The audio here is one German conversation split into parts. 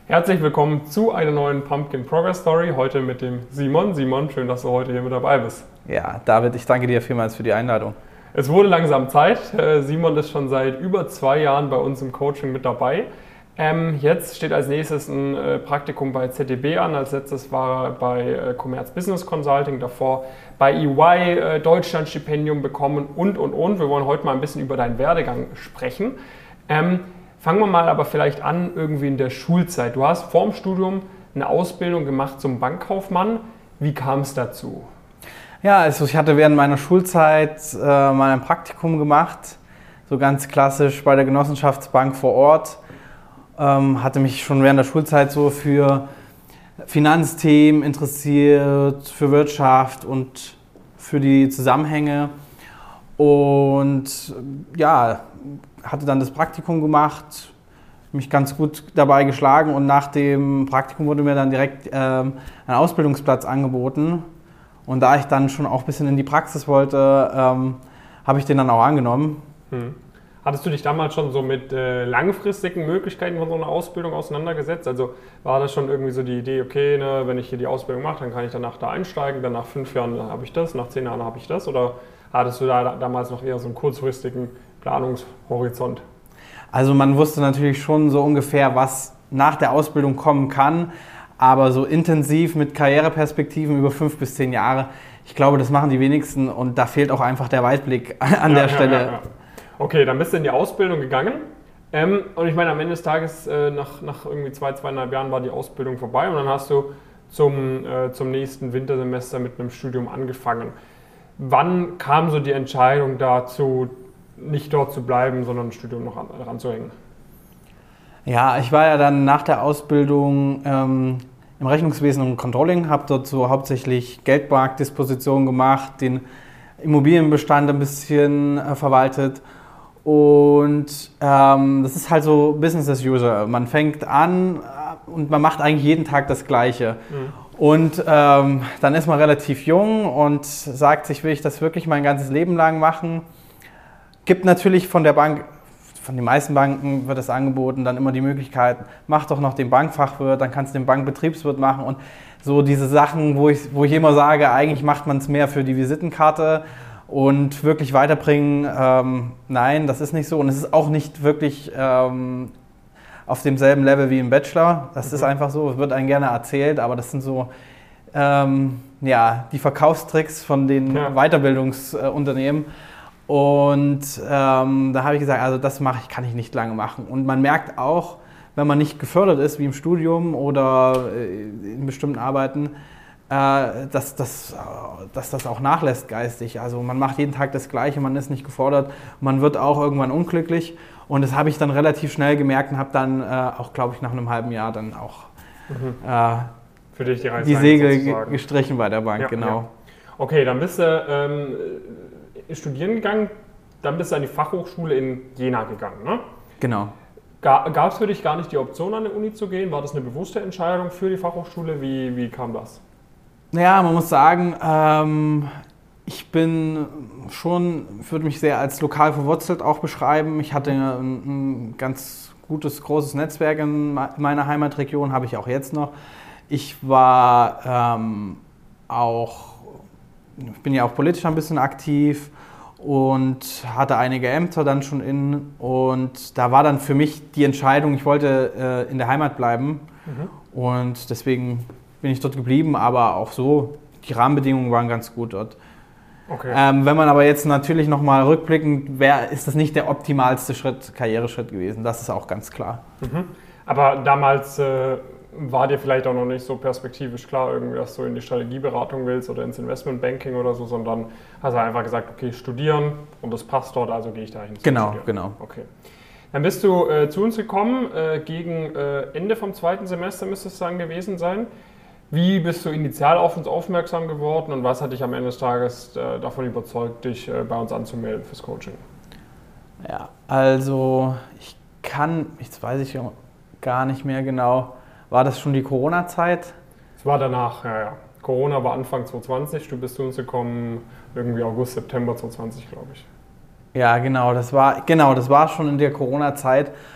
Herzlich willkommen zu einer neuen Pumpkin Progress Story. Heute mit dem Simon. Simon, schön, dass du heute hier mit dabei bist. Ja, David, ich danke dir vielmals für die Einladung. Es wurde langsam Zeit. Simon ist schon seit über 2 Jahren bei uns im Coaching mit dabei. Jetzt steht als nächstes ein Praktikum bei ZDB an. Als letztes war er bei Commerz Business Consulting, davor bei EY, Deutschlandstipendium bekommen und. Wir wollen heute mal ein bisschen über deinen Werdegang sprechen. Fangen wir mal aber vielleicht an, irgendwie in der Schulzeit. Du hast vor dem Studium eine Ausbildung gemacht zum Bankkaufmann. Wie kam es dazu? Ja, also ich hatte während meiner Schulzeit mal ein Praktikum gemacht, so ganz klassisch bei der Genossenschaftsbank vor Ort. Hatte mich schon während der Schulzeit so für Finanzthemen interessiert, für Wirtschaft und für die Zusammenhänge. Und ja, hatte dann das Praktikum gemacht, mich ganz gut dabei geschlagen und nach dem Praktikum wurde mir dann direkt ein Ausbildungsplatz angeboten. Und da ich dann schon auch ein bisschen in die Praxis wollte, habe ich den dann auch angenommen. Hattest du dich damals schon so mit langfristigen Möglichkeiten von so einer Ausbildung auseinandergesetzt? Also war das schon irgendwie so die Idee, okay, ne, wenn ich hier die Ausbildung mache, dann kann ich danach da einsteigen, dann nach 5 Jahren habe ich das, nach 10 Jahren habe ich das? Oder hattest du da damals noch eher so einen kurzfristigen Planungshorizont? Also man wusste natürlich schon so ungefähr, was nach der Ausbildung kommen kann, aber so intensiv mit Karriereperspektiven über 5 bis 10 Jahre, ich glaube, das machen die wenigsten und da fehlt auch einfach der Weitblick an der Stelle. Ja. Okay, dann bist du in die Ausbildung gegangen und ich meine, am Ende des Tages, nach irgendwie 2,5 Jahren war die Ausbildung vorbei und dann hast du zum nächsten Wintersemester mit einem Studium angefangen. Wann kam so die Entscheidung dazu, nicht dort zu bleiben, sondern ein Studium noch ranzuhängen? Ja, ich war ja dann nach der Ausbildung im Rechnungswesen und Controlling, habe dort so hauptsächlich Geldmarktdispositionen gemacht, den Immobilienbestand ein bisschen verwaltet und das ist halt so Business as usual. Man fängt an und man macht eigentlich jeden Tag das Gleiche. Und dann ist man relativ jung und sagt sich, will ich das wirklich mein ganzes Leben lang machen? Gibt natürlich von der Bank, von den meisten Banken wird es angeboten, dann immer die Möglichkeit, mach doch noch den Bankfachwirt, dann kannst du den Bankbetriebswirt machen und so diese Sachen, wo ich immer sage, eigentlich macht man es mehr für die Visitenkarte und wirklich weiterbringen, nein, das ist nicht so und es ist auch nicht wirklich auf demselben Level wie im Bachelor, das ist einfach so, es wird einem gerne erzählt, aber das sind so die Verkaufstricks von den Weiterbildungsunternehmen. Und da habe ich gesagt, also das kann ich nicht lange machen. Und man merkt auch, wenn man nicht gefördert ist, wie im Studium oder in bestimmten Arbeiten, dass das auch nachlässt geistig. Also man macht jeden Tag das Gleiche, man ist nicht gefordert, man wird auch irgendwann unglücklich. Und das habe ich dann relativ schnell gemerkt und habe dann auch, glaube ich, nach einem halben Jahr dann auch für dich die Segel gestrichen bei der Bank, genau. Ja. Okay, dann bist du studieren gegangen, dann bist du an die Fachhochschule in Jena gegangen, ne? Genau. Gab es für dich gar nicht die Option, an die Uni zu gehen? War das eine bewusste Entscheidung für die Fachhochschule? Wie kam das? Naja, man muss sagen, ich würde mich sehr als lokal verwurzelt auch beschreiben. Ich hatte ein ganz gutes, großes Netzwerk in meiner Heimatregion, habe ich auch jetzt noch. Ich bin ja auch politisch ein bisschen aktiv und hatte einige Ämter dann schon inne und da war dann für mich die Entscheidung, ich wollte in der Heimat bleiben und deswegen bin ich dort geblieben, aber auch so, die Rahmenbedingungen waren ganz gut dort. Okay. Wenn man aber jetzt natürlich nochmal rückblickend, ist das nicht der optimalste Karriereschritt gewesen, das ist auch ganz klar. Aber damals war dir vielleicht auch noch nicht so perspektivisch klar, irgendwie, dass du in die Strategieberatung willst oder ins Investmentbanking oder so, sondern hast du einfach gesagt, okay, studieren und das passt dort, also gehe ich dahin. Genau. Okay. Dann bist du zu uns gekommen, gegen Ende vom 2. Semester müsste es dann gewesen sein. Wie bist du initial auf uns aufmerksam geworden und was hat dich am Ende des Tages davon überzeugt, dich bei uns anzumelden fürs Coaching? Ja, also jetzt weiß ich gar nicht mehr genau, war das schon die Corona-Zeit? Es war danach, ja. Corona war Anfang 2020, du bist zu uns gekommen irgendwie August, September 2020, glaube ich. Ja, genau, das war schon in der Corona-Zeit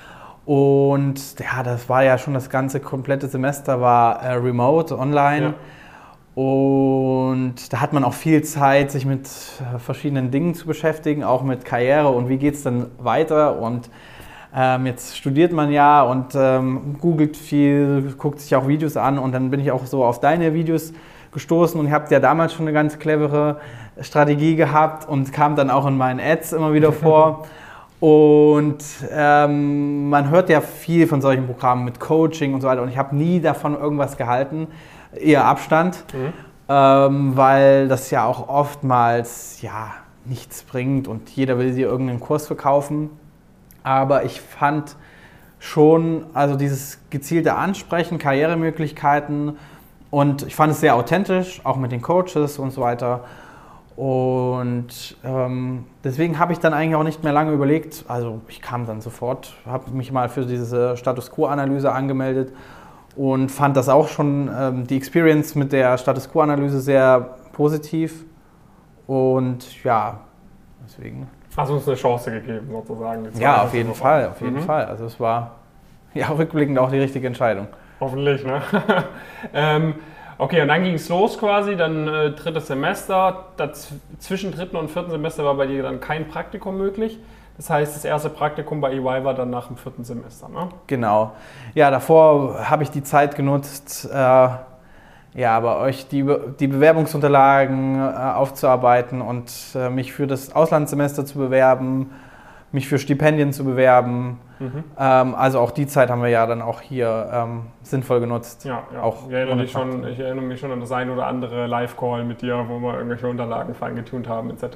Und ja, das war ja schon das ganze komplette Semester war remote, online. Ja. Und da hat man auch viel Zeit, sich mit verschiedenen Dingen zu beschäftigen, auch mit Karriere und wie geht es dann weiter. Und jetzt studiert man ja und googelt viel, guckt sich auch Videos an und dann bin ich auch so auf deine Videos gestoßen und ihr habt ja damals schon eine ganz clevere Strategie gehabt und kam dann auch in meinen Ads immer wieder vor. Und man hört ja viel von solchen Programmen mit Coaching und so weiter und ich habe nie davon irgendwas gehalten, eher Abstand, weil das ja auch oftmals nichts bringt und jeder will dir irgendeinen Kurs verkaufen. Aber ich fand schon, also dieses gezielte Ansprechen, Karrieremöglichkeiten und ich fand es sehr authentisch, auch mit den Coaches und so weiter. Und deswegen habe ich dann eigentlich auch nicht mehr lange überlegt, also ich kam dann sofort, habe mich mal für diese Status Quo-Analyse angemeldet und fand das auch schon, die Experience mit der Status Quo-Analyse sehr positiv und ja, deswegen. Hast du uns eine Chance gegeben, sozusagen? Ja, auf jeden Fall, auf jeden Fall. Also es war ja rückblickend auch die richtige Entscheidung. Hoffentlich, ne? Okay, und dann ging es los quasi, dann drittes Semester. Zwischen dritten und vierten Semester war bei dir dann kein Praktikum möglich. Das heißt, das erste Praktikum bei EY war dann nach dem vierten Semester, ne? Genau. Ja, davor habe ich die Zeit genutzt, bei euch die Bewerbungsunterlagen aufzuarbeiten und mich für das Auslandssemester zu bewerben, mich für Stipendien zu bewerben. Also auch die Zeit haben wir ja dann auch hier sinnvoll genutzt. Ja. Auch Ich erinnere mich schon an das ein oder andere Live-Call mit dir, wo wir irgendwelche Unterlagen feingetunt haben etc.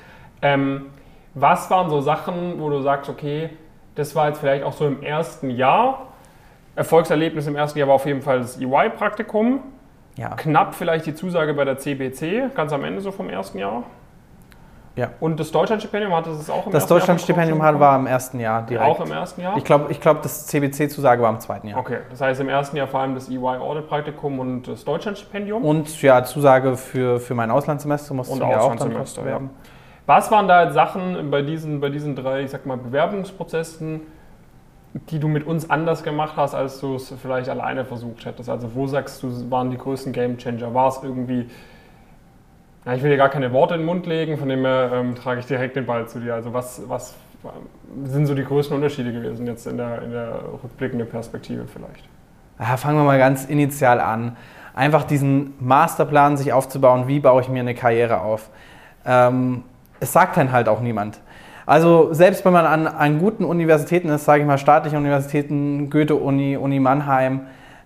Was waren so Sachen, wo du sagst, okay, das war jetzt vielleicht auch so im ersten Jahr, Erfolgserlebnis im ersten Jahr war auf jeden Fall das EY-Praktikum, knapp vielleicht die Zusage bei der CBC, ganz am Ende so vom ersten Jahr. Ja. Und das Deutschlandstipendium hattest du es auch im ersten Jahr? Das Deutschlandstipendium war im ersten Jahr direkt. Auch im ersten Jahr? Ich glaube, das CBC-Zusage war im zweiten Jahr. Okay, das heißt im ersten Jahr vor allem das EY-Audit-Praktikum und das Deutschlandstipendium? Und ja, Zusage für mein Auslandssemester musste ich ja auch dann bewerben. Was waren da jetzt Sachen bei diesen drei, ich sag mal, Bewerbungsprozessen, die du mit uns anders gemacht hast, als du es vielleicht alleine versucht hättest? Also wo sagst du, waren die größten Gamechanger? War es irgendwie, ich will dir gar keine Worte in den Mund legen, von dem her trage ich direkt den Ball zu dir. Also was sind so die größten Unterschiede gewesen jetzt in der rückblickenden Perspektive vielleicht? Ja, fangen wir mal ganz initial an. Einfach diesen Masterplan sich aufzubauen, wie baue ich mir eine Karriere auf. Es sagt dann halt auch niemand. Also selbst wenn man an guten Universitäten ist, sage ich mal staatliche Universitäten, Goethe-Uni, Uni Mannheim,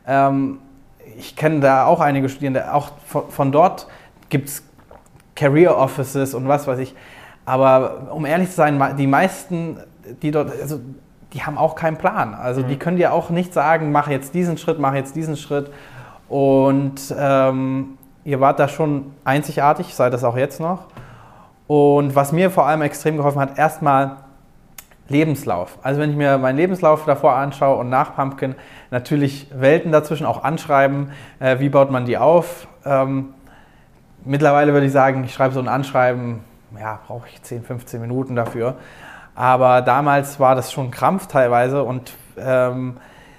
ich kenne da auch einige Studierende, auch von dort gibt es Career Offices und was weiß ich. Aber um ehrlich zu sein, die meisten, die dort, also die haben auch keinen Plan. Also die können dir auch nicht sagen, mach jetzt diesen Schritt, mach jetzt diesen Schritt. Und ihr wart da schon einzigartig, seid das auch jetzt noch. Und was mir vor allem extrem geholfen hat, erstmal Lebenslauf. Also wenn ich mir meinen Lebenslauf davor anschaue und nach Pumpkin, natürlich Welten dazwischen, auch Anschreiben, wie baut man die auf. Mittlerweile würde ich sagen, ich schreibe so ein Anschreiben, brauche ich 10, 15 Minuten dafür. Aber damals war das schon Krampf teilweise und dann,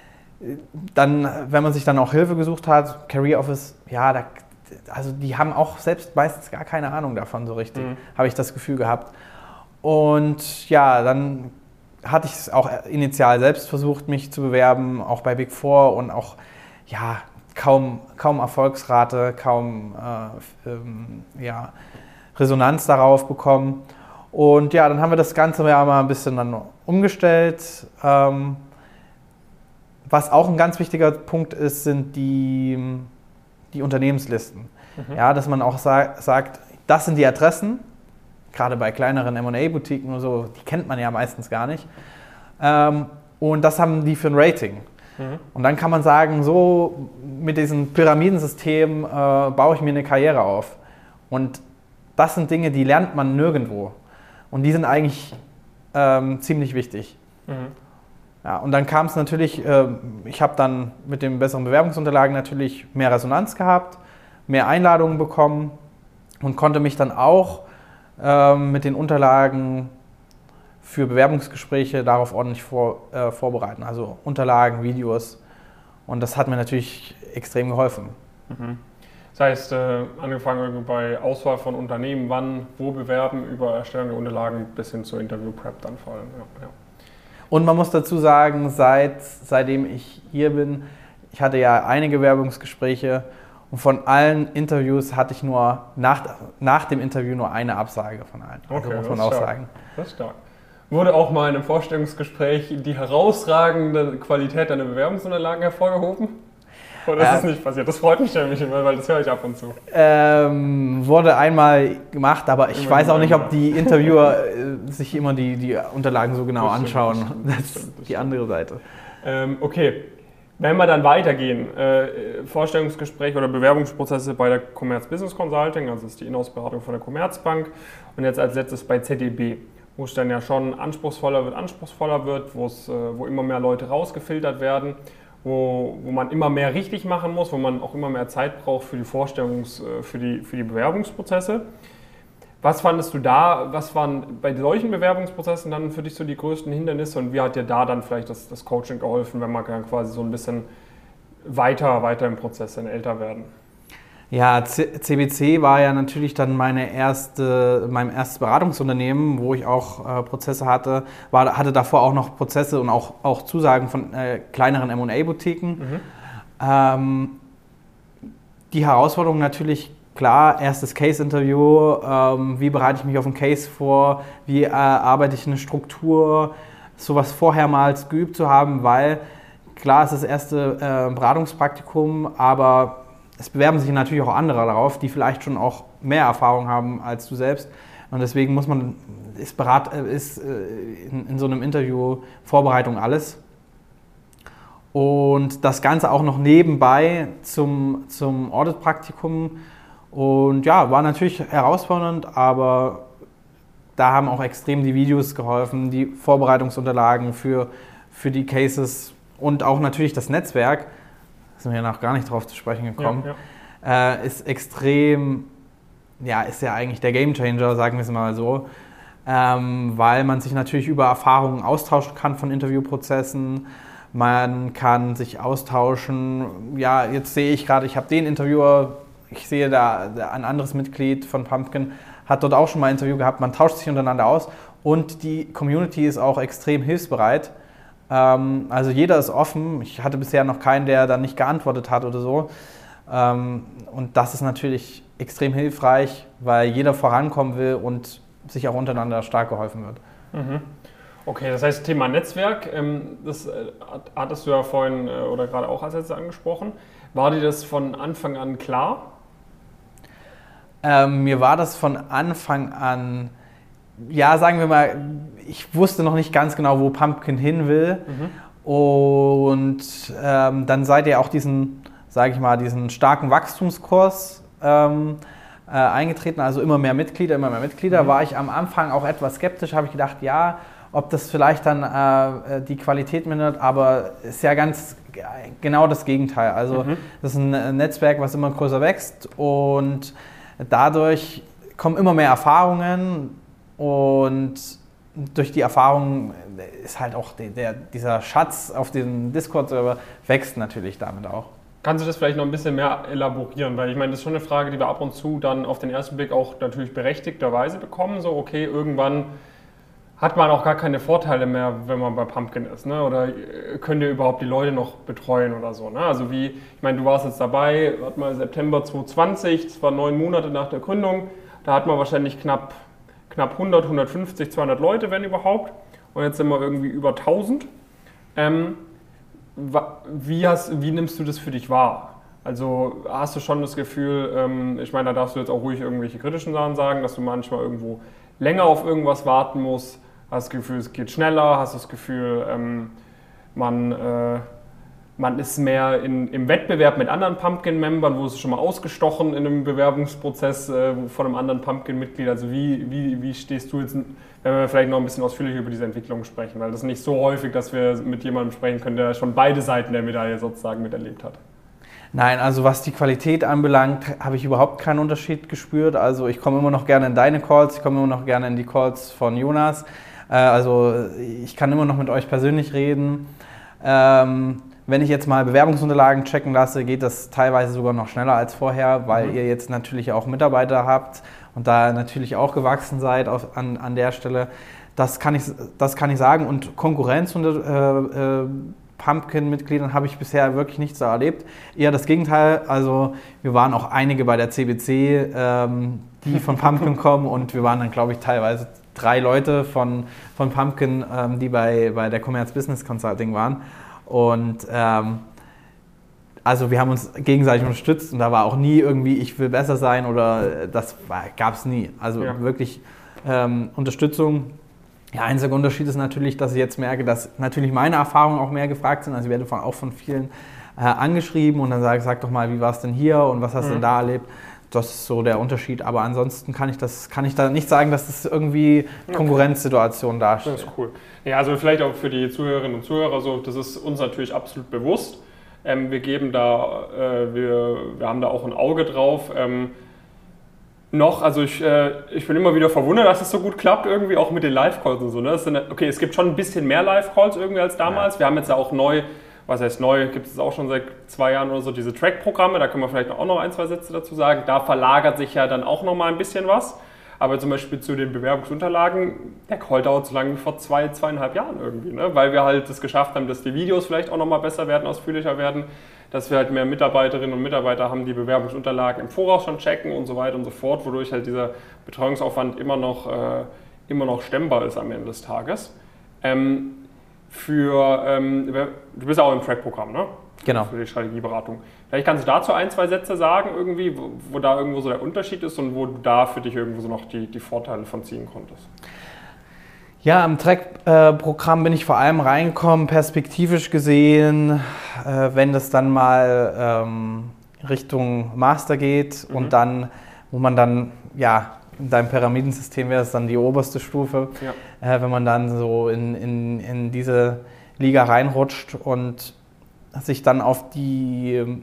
wenn man sich dann auch Hilfe gesucht hat, Career Office, also die haben auch selbst meistens gar keine Ahnung davon so richtig, habe ich das Gefühl gehabt. Und ja, dann hatte ich es auch initial selbst versucht, mich zu bewerben, auch bei Big Four und auch, kaum Erfolgsrate, kaum Resonanz darauf bekommen. Und ja, dann haben wir das Ganze ja mal ein bisschen dann umgestellt. Was auch ein ganz wichtiger Punkt ist, sind die Unternehmenslisten. Ja, dass man auch sagt, das sind die Adressen, gerade bei kleineren M&A-Boutiquen oder so, die kennt man ja meistens gar nicht. Und das haben die für ein Rating. Und dann kann man sagen, so mit diesem Pyramidensystem baue ich mir eine Karriere auf. Und das sind Dinge, die lernt man nirgendwo. Und die sind eigentlich ziemlich wichtig. Ja, und dann kam es natürlich, ich habe dann mit den besseren Bewerbungsunterlagen natürlich mehr Resonanz gehabt, mehr Einladungen bekommen und konnte mich dann auch mit den Unterlagen für Bewerbungsgespräche darauf ordentlich vorbereiten. Also Unterlagen, Videos. Und das hat mir natürlich extrem geholfen. Mhm. Das heißt, angefangen bei Auswahl von Unternehmen, wann, wo bewerben, über Erstellung der Unterlagen bis hin zur Interview-Prep dann vor allem. Ja. Und man muss dazu sagen, seitdem ich hier bin, ich hatte ja einige Bewerbungsgespräche und von allen Interviews hatte ich nur nach dem Interview nur eine Absage von allen. Also okay, muss man auch sagen. Das ist stark. Wurde auch mal in einem Vorstellungsgespräch die herausragende Qualität deiner Bewerbungsunterlagen hervorgehoben? Oder ist das nicht passiert? Das freut mich nämlich immer, weil das höre ich ab und zu. Wurde einmal gemacht, aber ich weiß auch nicht, ob die Interviewer sich immer die Unterlagen so genau anschauen. Das ist die andere Seite. Okay, wenn wir dann weitergehen, Vorstellungsgespräche oder Bewerbungsprozesse bei der Commerz Business Consulting, also das ist die Inhouse-Beratung von der Commerzbank, und jetzt als letztes bei ZDB, wo es dann ja schon anspruchsvoller wird, wo immer mehr Leute rausgefiltert werden, wo man immer mehr richtig machen muss, wo man auch immer mehr Zeit braucht für die für die Bewerbungsprozesse. Was fandest du da, was waren bei solchen Bewerbungsprozessen dann für dich so die größten Hindernisse und wie hat dir da dann vielleicht das Coaching geholfen, wenn man dann quasi so ein bisschen weiter im Prozess dann älter werden? Ja, CBC war ja natürlich dann mein erstes Beratungsunternehmen, wo ich auch Prozesse hatte. Hatte davor auch noch Prozesse und auch Zusagen von kleineren M&A-Boutiquen. Mhm. Die Herausforderung natürlich, klar, erstes Case-Interview, wie bereite ich mich auf einen Case vor, wie arbeite ich eine Struktur, sowas vorher mal geübt zu haben, weil klar, es ist das erste Beratungspraktikum, aber es bewerben sich natürlich auch andere darauf, die vielleicht schon auch mehr Erfahrung haben als du selbst. Und deswegen ist in so einem Interview Vorbereitung alles. Und das Ganze auch noch nebenbei zum Audit-Praktikum. Und ja, war natürlich herausfordernd, aber da haben auch extrem die Videos geholfen, die Vorbereitungsunterlagen für die Cases und auch natürlich das Netzwerk. Sind wir ja noch gar nicht drauf zu sprechen gekommen, ist extrem, ist ja eigentlich der Gamechanger, sagen wir es mal so, weil man sich natürlich über Erfahrungen austauschen kann von Interviewprozessen, man kann sich austauschen, ja, jetzt sehe ich gerade, ich habe den Interviewer, ich sehe da ein anderes Mitglied von Pumpkin, hat dort auch schon mal ein Interview gehabt, man tauscht sich untereinander aus und die Community ist auch extrem hilfsbereit. Also jeder ist offen. Ich hatte bisher noch keinen, der dann nicht geantwortet hat oder so. Und das ist natürlich extrem hilfreich, weil jeder vorankommen will und sich auch untereinander stark geholfen wird. Mhm. Okay, das heißt Thema Netzwerk, das hattest du ja vorhin oder gerade auch als letztes angesprochen. War dir das von Anfang an klar? Mir war das von Anfang an, ja, sagen wir mal, ich wusste noch nicht ganz genau, wo Pumpkin hin will. Mhm. Und dann seid ihr auch diesen starken Wachstumskurs eingetreten, also immer mehr Mitglieder. Mhm. War ich am Anfang auch etwas skeptisch, habe ich gedacht, ja, ob das vielleicht dann die Qualität mindert, aber es ist ja ganz genau das Gegenteil. Also das ist ein Netzwerk, was immer größer wächst und dadurch kommen immer mehr Erfahrungen und durch die Erfahrungen ist halt auch dieser Schatz auf dem Discord-Server wächst natürlich damit auch. Kannst du das vielleicht noch ein bisschen mehr elaborieren? Weil ich meine, das ist schon eine Frage, die wir ab und zu dann auf den ersten Blick auch natürlich berechtigterweise bekommen. So, okay, irgendwann hat man auch gar keine Vorteile mehr, wenn man bei Pumpkin ist, ne? Oder könnt ihr überhaupt die Leute noch betreuen oder so, ne? Also ich meine, du warst jetzt dabei, warte mal, September 2020, das war 9 Monate nach der Gründung, da hat man wahrscheinlich knapp 100, 150, 200 Leute, wenn überhaupt, und jetzt sind wir irgendwie über 1000. Wie nimmst du das für dich wahr? Also hast du schon das Gefühl, ich meine, da darfst du jetzt auch ruhig irgendwelche kritischen Sachen sagen, dass du manchmal irgendwo länger auf irgendwas warten musst, hast das Gefühl, es geht schneller, hast das Gefühl, man ist mehr im Wettbewerb mit anderen Pumpkin-Membern, wo es schon mal ausgestochen in einem Bewerbungsprozess von einem anderen Pumpkin-Mitglied. Also wie stehst du jetzt, wenn wir vielleicht noch ein bisschen ausführlicher über diese Entwicklung sprechen, weil das ist nicht so häufig, dass wir mit jemandem sprechen können, der schon beide Seiten der Medaille sozusagen miterlebt hat. Nein, also was die Qualität anbelangt, habe ich überhaupt keinen Unterschied gespürt. Also ich komme immer noch gerne in deine Calls, ich komme immer noch gerne in die Calls von Jonas. Also ich kann immer noch mit euch persönlich reden. Wenn ich jetzt mal Bewerbungsunterlagen checken lasse, geht das teilweise sogar noch schneller als vorher, weil ihr jetzt natürlich auch Mitarbeiter habt und da natürlich auch gewachsen seid an der Stelle. Das kann ich sagen. Und Konkurrenz unter Pumpkin-Mitgliedern habe ich bisher wirklich nichts da erlebt. Eher das Gegenteil. Also wir waren auch einige bei der CBC, die von Pumpkin kommen, und wir waren dann, glaube ich, teilweise 3 Leute von Pumpkin, die bei der Commerz Business Consulting waren. Und also wir haben uns gegenseitig unterstützt und da war auch nie irgendwie, ich will besser sein, oder das gab es nie. Also wirklich Unterstützung. Ja, einziger Unterschied ist natürlich, dass ich jetzt merke, dass natürlich meine Erfahrungen auch mehr gefragt sind. Also ich werde auch von vielen angeschrieben und dann sag doch mal, wie war es denn hier und was hast du denn da erlebt? Das ist so der Unterschied. Aber ansonsten kann ich da nicht sagen, dass das irgendwie Konkurrenzsituation darstellt. Das ist cool. Ja, also vielleicht auch für die Zuhörerinnen und Zuhörer so, das ist uns natürlich absolut bewusst. Wir geben da, wir haben da auch ein Auge drauf. Also ich bin immer wieder verwundert, dass es so gut klappt, irgendwie auch mit den Live-Calls und so. Ne? Okay, es gibt schon ein bisschen mehr Live-Calls irgendwie als damals. Ja. Wir haben jetzt ja auch neu, was heißt neu, gibt es auch schon seit 2 Jahren oder so, diese Track-Programme, da können wir vielleicht auch noch 1, 2 Sätze dazu sagen. Da verlagert sich ja dann auch noch mal ein bisschen was. Aber zum Beispiel zu den Bewerbungsunterlagen, der Call dauert so lange wie vor 2,5 Jahren irgendwie, ne? Weil wir halt es geschafft haben, dass die Videos vielleicht auch noch mal besser werden, ausführlicher werden, dass wir halt mehr Mitarbeiterinnen und Mitarbeiter haben, die Bewerbungsunterlagen im Voraus schon checken und so weiter und so fort, wodurch halt dieser Betreuungsaufwand immer noch stemmbar ist am Ende des Tages. Du bist ja auch im Track-Programm, ne? Genau. Für die Strategieberatung. Vielleicht kannst du dazu 1, 2 Sätze sagen, irgendwie, wo da irgendwo so der Unterschied ist und wo du da für dich irgendwo so noch die Vorteile von ziehen konntest. Ja, im Track-Programm bin ich vor allem reingekommen, perspektivisch gesehen, wenn das dann mal Richtung Master geht und dann, wo man dann, ja, in deinem Pyramidensystem wäre es dann die oberste Stufe, wenn man dann so in diese Liga reinrutscht und sich dann auf die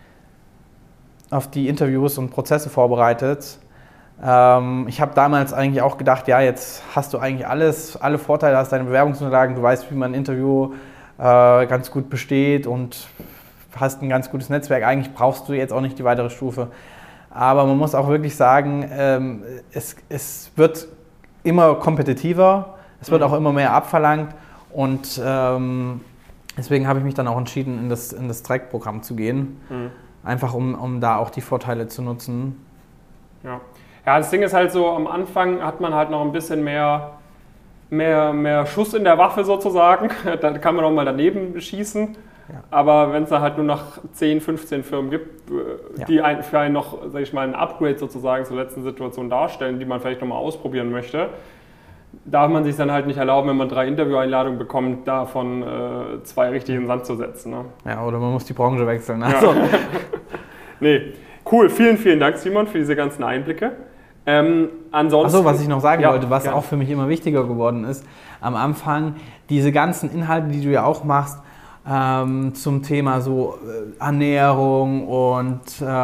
Interviews und Prozesse vorbereitet. Ich habe damals eigentlich auch gedacht, ja, jetzt hast du eigentlich alle Vorteile, hast deine Bewerbungsunterlagen, du weißt, wie man ein Interview ganz gut besteht und hast ein ganz gutes Netzwerk. Eigentlich brauchst du jetzt auch nicht die weitere Stufe. Aber man muss auch wirklich sagen, es wird immer kompetitiver, es wird auch immer mehr abverlangt und deswegen habe ich mich dann auch entschieden, in das Track-Programm zu gehen, einfach um da auch die Vorteile zu nutzen. Ja, das Ding ist halt so, am Anfang hat man halt noch ein bisschen mehr Schuss in der Waffe sozusagen, da kann man auch mal daneben schießen, aber wenn es da halt nur noch 10, 15 Firmen gibt, die für einen noch, sag ich mal, ein Upgrade sozusagen zur letzten Situation darstellen, die man vielleicht nochmal ausprobieren möchte, darf man sich dann halt nicht erlauben, wenn man 3 Intervieweinladungen bekommt, davon 2 richtig in den Sand zu setzen. Ne? Ja, oder man muss die Branche wechseln. Also. Nee, cool. Vielen, vielen Dank, Simon, für diese ganzen Einblicke. Ansonsten, Achso, was ich noch sagen wollte, was auch für mich immer wichtiger geworden ist, am Anfang diese ganzen Inhalte, die du ja auch machst, zum Thema so Ernährung und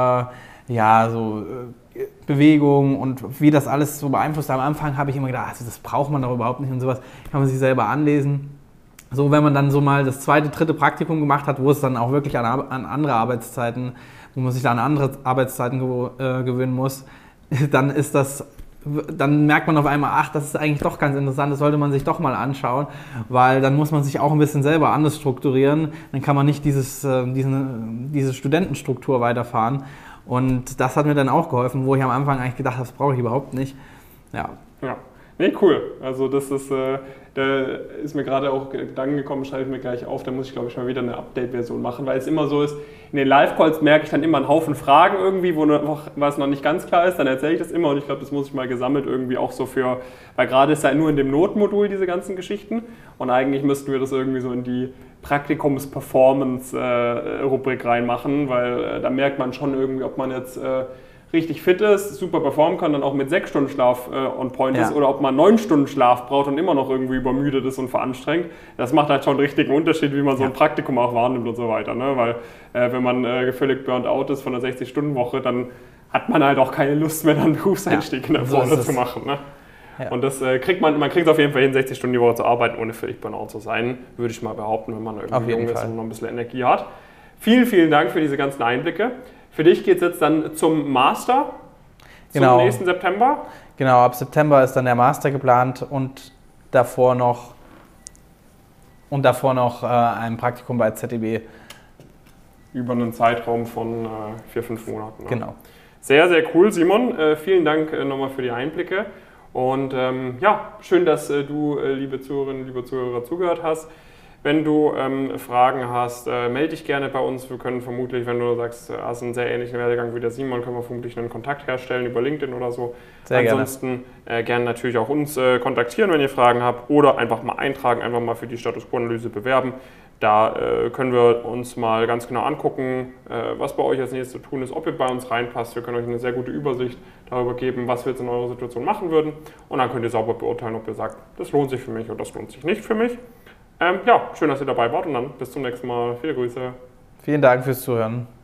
Bewegung und wie das alles so beeinflusst. Am Anfang habe ich immer gedacht, also das braucht man doch überhaupt nicht und sowas, kann man sich selber anlesen. So, wenn man dann so mal das 2., 3. Praktikum gemacht hat, wo es dann auch wirklich an andere Arbeitszeiten, wo man sich da an andere Arbeitszeiten gewöhnen muss, dann merkt man auf einmal, ach, das ist eigentlich doch ganz interessant, das sollte man sich doch mal anschauen, weil dann muss man sich auch ein bisschen selber anders strukturieren, dann kann man nicht diese Studentenstruktur weiterfahren. Und das hat mir dann auch geholfen, wo ich am Anfang eigentlich gedacht habe, das brauche ich überhaupt nicht. Ja. Nee, cool. Also das ist, da ist mir gerade auch Gedanken gekommen, schreibe ich mir gleich auf, da muss ich, glaube ich, mal wieder eine Update-Version machen, weil es immer so ist, in den Live-Calls merke ich dann immer einen Haufen Fragen irgendwie, was noch nicht ganz klar ist, dann erzähle ich das immer und ich glaube, das muss ich mal gesammelt irgendwie auch so weil gerade ist ja nur in dem Notenmodul diese ganzen Geschichten und eigentlich müssten wir das irgendwie so in die Praktikums-Performance-Rubrik reinmachen, weil da merkt man schon irgendwie, ob man jetzt richtig fit ist, super performen kann, dann auch mit 6 Stunden Schlaf on point ist oder ob man 9 Stunden Schlaf braucht und immer noch irgendwie übermüdet ist und veranstrengt. Das macht halt schon einen richtigen Unterschied, wie man so ein Praktikum auch wahrnimmt und so weiter. Ne? Weil wenn man völlig burnt out ist von einer 60-Stunden-Woche, dann hat man halt auch keine Lust mehr, dann einen Berufseinstieg in der Branche zu machen. Ne? Ja. Und das kriegt man kriegt es auf jeden Fall hin, 60 Stunden die Woche zu arbeiten, ohne völlig Burnout zu sein, würde ich mal behaupten, wenn man irgendwie jung ist und noch ein bisschen Energie hat. Vielen, vielen Dank für diese ganzen Einblicke. Für dich geht es jetzt dann zum Master, zum nächsten September. Genau, ab September ist dann der Master geplant und davor noch ein Praktikum bei ZDB. Über einen Zeitraum von 4-5 Monaten. Ne? Genau. Sehr, sehr cool, Simon. Vielen Dank nochmal für die Einblicke. Und schön, dass du, liebe Zuhörerinnen, liebe Zuhörer, zugehört hast. Wenn du Fragen hast, melde dich gerne bei uns. Wir können vermutlich, wenn du sagst, hast einen sehr ähnlichen Werdegang wie der Simon, können wir vermutlich einen Kontakt herstellen über LinkedIn oder so. Sehr Ansonsten gerne natürlich auch uns kontaktieren, wenn ihr Fragen habt, oder einfach mal eintragen, einfach mal für die Status Quo-Analyse bewerben. Da können wir uns mal ganz genau angucken, was bei euch als nächstes zu tun ist, ob ihr bei uns reinpasst. Wir können euch eine sehr gute Übersicht darüber geben, was wir jetzt in eurer Situation machen würden. Und dann könnt ihr sauber beurteilen, ob ihr sagt, das lohnt sich für mich oder das lohnt sich nicht für mich. Schön, dass ihr dabei wart und dann bis zum nächsten Mal. Viele Grüße. Vielen Dank fürs Zuhören.